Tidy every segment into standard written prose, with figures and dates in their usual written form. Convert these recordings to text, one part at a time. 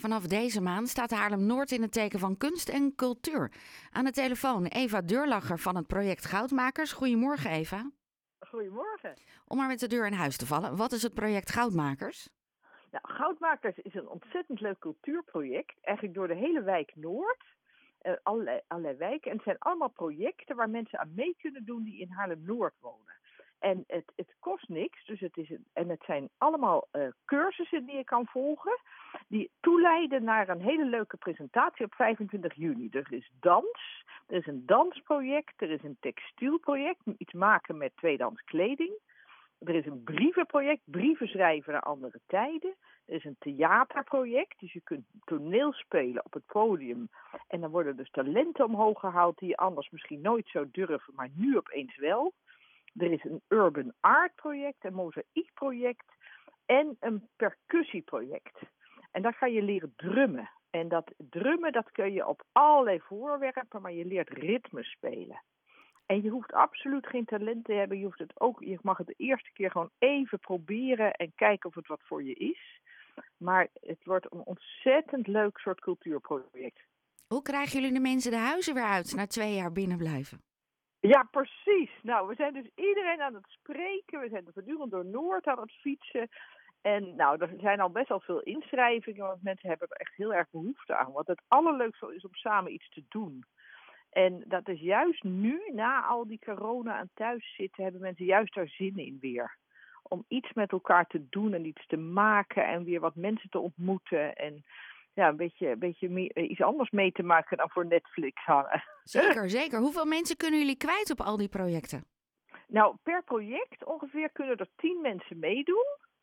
Vanaf deze maand staat Haarlem-Noord in het teken van kunst en cultuur. Aan de telefoon Eva Deurlacher van het project Goudmakers. Goedemorgen Eva. Goedemorgen. Om maar met de deur in huis te vallen, wat is het project Goudmakers? Nou, Goudmakers is een ontzettend leuk cultuurproject. Eigenlijk door de hele wijk Noord. Allerlei wijken. En het zijn allemaal projecten waar mensen aan mee kunnen doen die in Haarlem-Noord wonen. En het kost niks. Dus het zijn allemaal cursussen die je kan volgen. Die toeleiden naar een hele leuke presentatie op 25 juni. Er is dans. Er is een dansproject. Er is een textielproject. Iets maken met tweedehands kleding. Er is een brievenproject, brieven schrijven naar andere tijden. Er is een theaterproject, dus je kunt toneel spelen op het podium. En dan worden dus talenten omhoog gehaald die je anders misschien nooit zou durven, maar nu opeens wel. Er is een urban art project, een mozaïekproject en een percussieproject. En daar ga je leren drummen. En dat drummen, dat kun je op allerlei voorwerpen, maar je leert ritme spelen. En je hoeft absoluut geen talent te hebben. Je mag het de eerste keer gewoon even proberen en kijken of het wat voor je is. Maar het wordt een ontzettend leuk soort cultuurproject. Hoe krijgen jullie de mensen de huizen weer uit na 2 jaar binnenblijven? Ja, precies. Nou, we zijn dus iedereen aan het spreken. We zijn voortdurend door Noord aan het fietsen. En nou, er zijn al best wel veel inschrijvingen, want mensen hebben er echt heel erg behoefte aan. Want het allerleukste is om samen iets te doen. En dat is juist nu, na al die corona en thuis zitten, hebben mensen juist daar zin in weer. Om iets met elkaar te doen en iets te maken en weer wat mensen te ontmoeten. En ja, een beetje meer, iets anders mee te maken dan voor Netflix hangen. Zeker, zeker. Hoeveel mensen kunnen jullie kwijt op al die projecten? Nou, per project ongeveer kunnen er 10 mensen meedoen.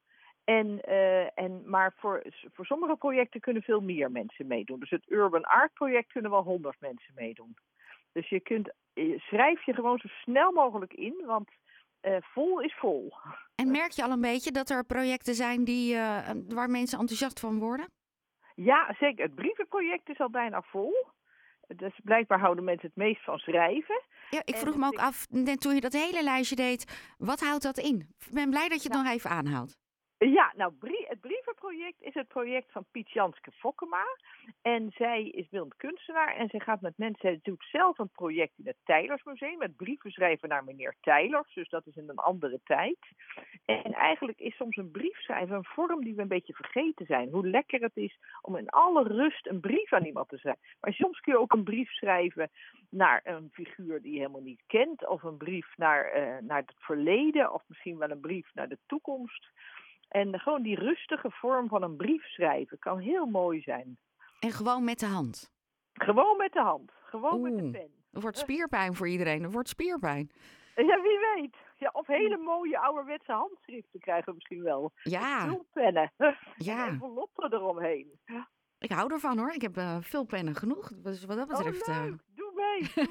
Maar voor sommige projecten kunnen veel meer mensen meedoen. Dus het Urban Art project kunnen wel 100 mensen meedoen. Dus schrijf je gewoon zo snel mogelijk in, want vol is vol. En merk je al een beetje dat er projecten zijn waar mensen enthousiast van worden? Ja, zeker. Het brievenproject is al bijna vol. Dus blijkbaar houden mensen het meest van schrijven. Ja, ik vroeg me ook af, net toen je dat hele lijstje deed, wat houdt dat in? Ik ben blij dat je het nog even aanhoudt. Ja, nou, het brievenproject is het project van Piet Janske Fokkema. En zij is beeldend kunstenaar en zij gaat met mensen, zij doet zelf een project in het Tijlersmuseum met brieven schrijven naar meneer Tijlers. Dus dat is in een andere tijd. En eigenlijk is soms een brief schrijven een vorm die we een beetje vergeten zijn. Hoe lekker het is om in alle rust een brief aan iemand te schrijven. Maar soms kun je ook een brief schrijven naar een figuur die je helemaal niet kent. Of een brief naar het verleden. Of misschien wel een brief naar de toekomst. En gewoon die rustige vorm van een brief schrijven kan heel mooi zijn. En gewoon met de hand? Gewoon met de hand. Gewoon met de pen. Er wordt spierpijn voor iedereen. Er wordt spierpijn. Ja, wie weet. Ja, of hele mooie ouderwetse handschriften krijgen we misschien wel. Ja. Vulpennen. Ja. En enveloppen eromheen. Ik hou ervan hoor. Ik heb vulpennen genoeg. Dus wat dat betreft... leuk. Doe mee.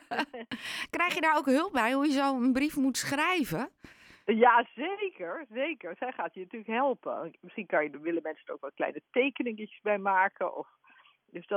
Krijg je daar ook hulp bij hoe je zo een brief moet schrijven? Ja, zeker. Zeker. Zij gaat je natuurlijk helpen. Misschien willen mensen er ook wel kleine tekeningetjes bij maken. Dus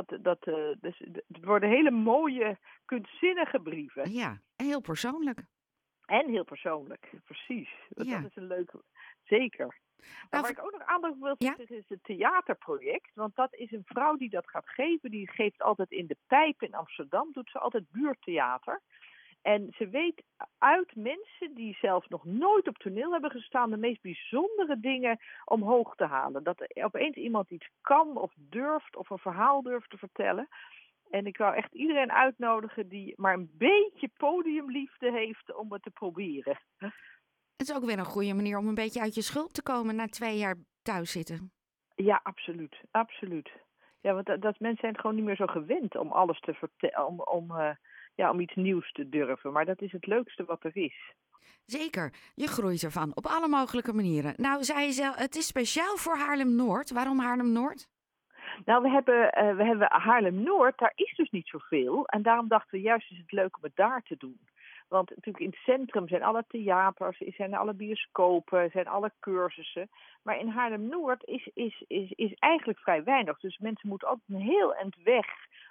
het worden hele mooie, kunstzinnige brieven. Ja, en heel persoonlijk. En heel persoonlijk, precies. Ja. Dat is een leuke... Zeker. Maar waar ik ook nog aandacht wil zeggen is het theaterproject. Want dat is een vrouw die dat gaat geven. Die geeft altijd in de Pijp in Amsterdam. Doet ze altijd buurttheater. En ze weet uit mensen die zelfs nog nooit op toneel hebben gestaan de meest bijzondere dingen omhoog te halen. Dat er opeens iemand iets kan of durft of een verhaal durft te vertellen. En ik wou echt iedereen uitnodigen die maar een beetje podiumliefde heeft om het te proberen. Het is ook weer een goede manier om een beetje uit je schulp te komen na 2 jaar thuis zitten. Ja, absoluut. Absoluut. Ja, want dat mensen zijn gewoon niet meer zo gewend om alles te vertellen, om iets nieuws te durven. Maar dat is het leukste wat er is. Zeker, je groeit ervan op alle mogelijke manieren. Nou, zei je zelf, het is speciaal voor Haarlem-Noord. Waarom Haarlem-Noord? Nou, we hebben Haarlem-Noord, daar is dus niet zoveel. En daarom dachten we juist is het leuk om het daar te doen. Want natuurlijk in het centrum zijn alle theaters, zijn alle bioscopen, zijn alle cursussen. Maar in Haarlem-Noord is eigenlijk vrij weinig. Dus mensen moeten altijd een heel eind weg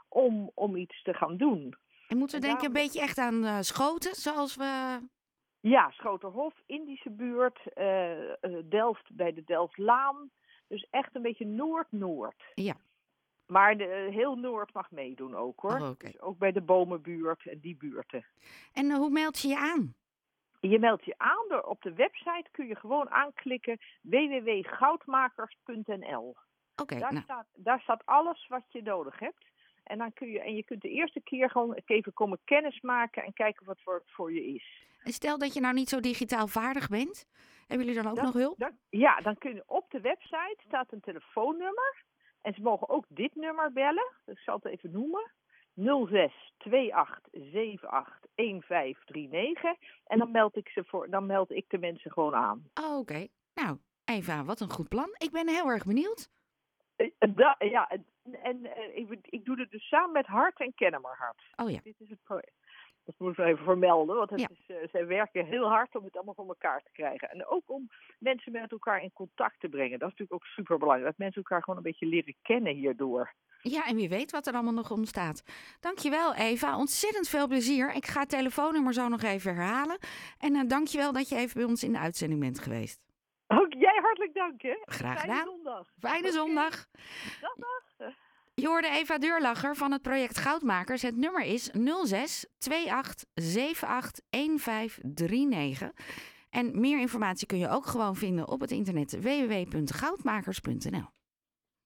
om iets te gaan doen. En moeten we denken een beetje echt aan Schoten, zoals we... Ja, Schoterhof, Indische buurt, Delft bij de Delftlaan. Dus echt een beetje Noord-Noord. Ja. Maar heel Noord mag meedoen ook hoor. Oh, oké. Dus ook bij de Bomenbuurt en die buurten. En hoe meld je je aan? Je meldt je aan door op de website kun je gewoon aanklikken www.goudmakers.nl. Oké, Daar staat alles wat je nodig hebt. En dan je kunt de eerste keer gewoon even komen kennismaken en kijken wat voor je is. En stel dat je nou niet zo digitaal vaardig bent. Hebben jullie dan ook nog hulp? Dan kun je op de website staat een telefoonnummer. En ze mogen ook dit nummer bellen. Dus ik zal het even noemen. 06 28 78 1539. En dan meld ik de mensen gewoon aan. Oh, oké. Nou, Eva, wat een goed plan. Ik ben heel erg benieuwd. Ik doe het dus samen met Hart en Kennemerhart. Oh ja. Dit is het project. Dat moeten we even vermelden, want zij werken heel hard om het allemaal voor elkaar te krijgen. En ook om mensen met elkaar in contact te brengen. Dat is natuurlijk ook super belangrijk. Dat mensen elkaar gewoon een beetje leren kennen hierdoor. Ja, en wie weet wat er allemaal nog ontstaat. Dankjewel, Eva. Ontzettend veel plezier. Ik ga het telefoonnummer zo nog even herhalen. En dankjewel dat je even bij ons in de uitzending bent geweest. Ook jij hartelijk dank, hè. Graag Fijne gedaan. zondag. Fijne zondag. Dag. Je hoorde Eva Deurlacher van het project Goudmakers. Het nummer is 06 28 78 1539. En meer informatie kun je ook gewoon vinden op het internet www.goudmakers.nl.